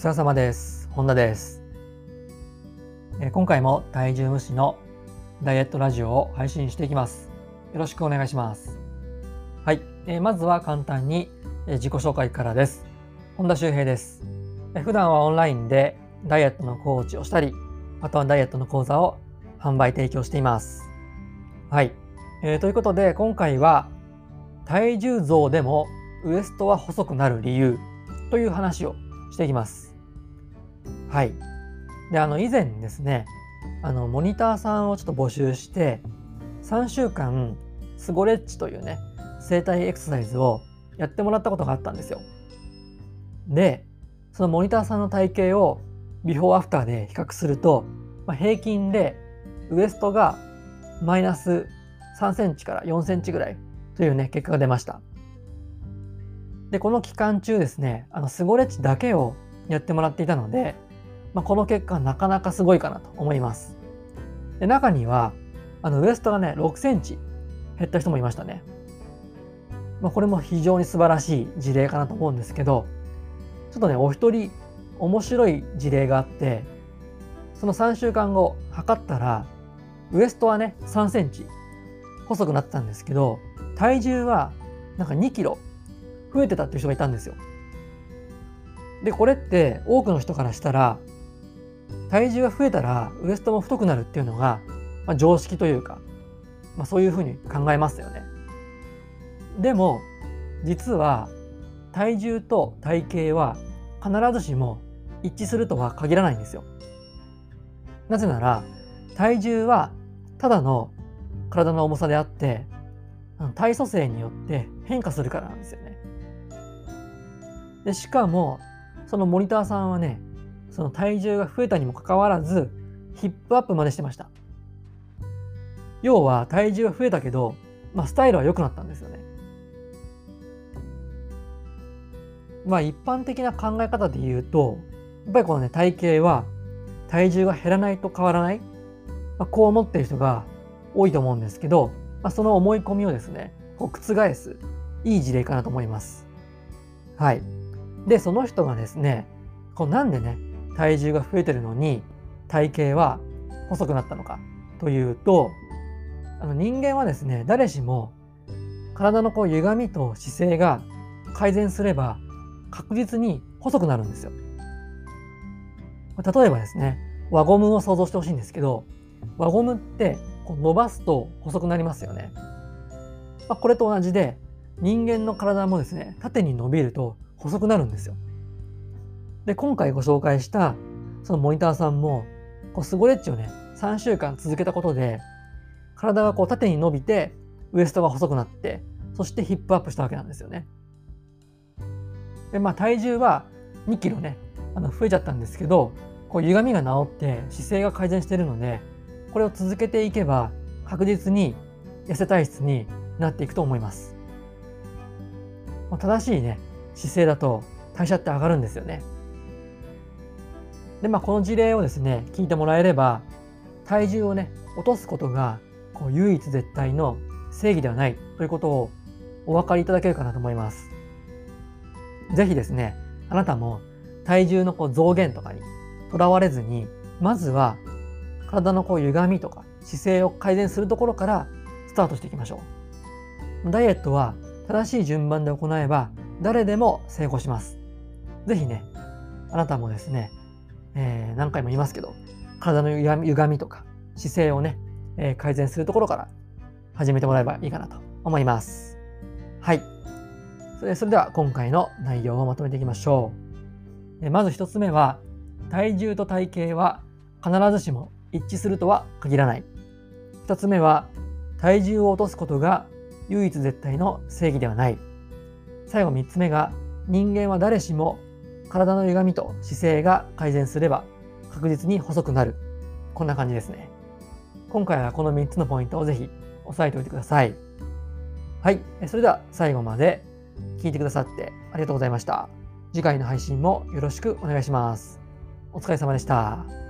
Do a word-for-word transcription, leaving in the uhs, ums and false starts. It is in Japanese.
疲れ様です。本田です。えー今回も体重無視のダイエットラジオを配信していきます。よろしくお願いします。はい、えーまずは簡単にえー自己紹介からです。本田修平です。えー普段はオンラインでダイエットのコーチをしたり、あとはダイエットの講座を販売提供しています。はい、えーということで今回は体重増でもウエストは細くなる理由という話をしていきます。はい。で、あの以前ですね、あのモニターさんをちょっと募集して、さんしゅうかんスゴレッチというね、整体エクササイズをやってもらったことがあったんですよ。で、そのモニターさんの体型をビフォーアフターで比較すると、まあ、平均でウエストがマイナスさんセンチからよんセンチぐらいというね、結果が出ました。で、この期間中ですね、あのスゴレッチだけをやってもらっていたので、まあ、この結果なかなかすごいかなと思います。で、中にはあのウエストがねろくセンチ減った人もいましたね。まあ、これも非常に素晴らしい事例かなと思うんですけど、ちょっとねお一人面白い事例があって、そのさんしゅうかんご測ったらウエストはねさんセンチ細くなってたんですけど、体重はなんかにキロ増えてたっていう人がいたんですよ。で、これって多くの人からしたら、体重が増えたらウエストも太くなるっていうのが、まあ、常識というか、まあ、そういうふうに考えますよね。でも実は体重と体型は必ずしも一致するとは限らないんですよ。なぜなら体重はただの体の重さであって、体組成によって変化するからなんですよね。で、しかもそのモニターさんはね、その体重が増えたにもかかわらずヒップアップまでしてました。要は体重は増えたけど、まあ、スタイルは良くなったんですよね。まあ一般的な考え方で言うと、やっぱりこのね体型は体重が減らないと変わらない、まあ、こう思っている人が多いと思うんですけど、まあ、その思い込みをですねこう覆すいい事例かなと思います。はい。で、その人がですね、こうなんでね体重が増えてるのに体型は細くなったのかというと、あの人間はですね誰しも体のこう歪みと姿勢が改善すれば確実に細くなるんですよ。例えばですね、輪ゴムを想像してほしいんですけど、輪ゴムってこう伸ばすと細くなりますよね。まあ、これと同じで人間の体もですね縦に伸びると細くなるんですよ。で、今回ご紹介したそのモニターさんもこうスゴレッチをねさんしゅうかん続けたことで体がこう縦に伸びてウエストが細くなって、そしてヒップアップしたわけなんですよね。で、まあ体重はにキロねあの増えちゃったんですけど、こう歪みが治って姿勢が改善しているので、これを続けていけば確実に痩せ体質になっていくと思います。まあ、正しいね姿勢だと代謝って上がるんですよね。で、まあこの事例をですね聞いてもらえれば、体重をね落とすことがこう唯一絶対の正義ではないということをお分かりいただけるかなと思います。ぜひですね、あなたも体重のこう増減とかにとらわれずに、まずは体のこう歪みとか姿勢を改善するところからスタートしていきましょう。ダイエットは正しい順番で行えば誰でも成功します。ぜひね、あなたもですね、えー何回も言いますけど、体の歪み歪みとか姿勢をね、えー改善するところから始めてもらえばいいかなと思います。はい。それそれでは今回の内容をまとめていきましょう。えーまず一つ目は、体重と体型は必ずしも一致するとは限らない。二つ目は、体重を落とすことが唯一絶対の正義ではない。最後三つ目が、人間は誰しも体の歪みと姿勢が改善すれば確実に細くなる。こんな感じですね。今回はこのみっつのポイントをぜひ押さえておいてください。はい。それでは最後まで聞いてくださってありがとうございました。次回の配信もよろしくお願いします。お疲れ様でした。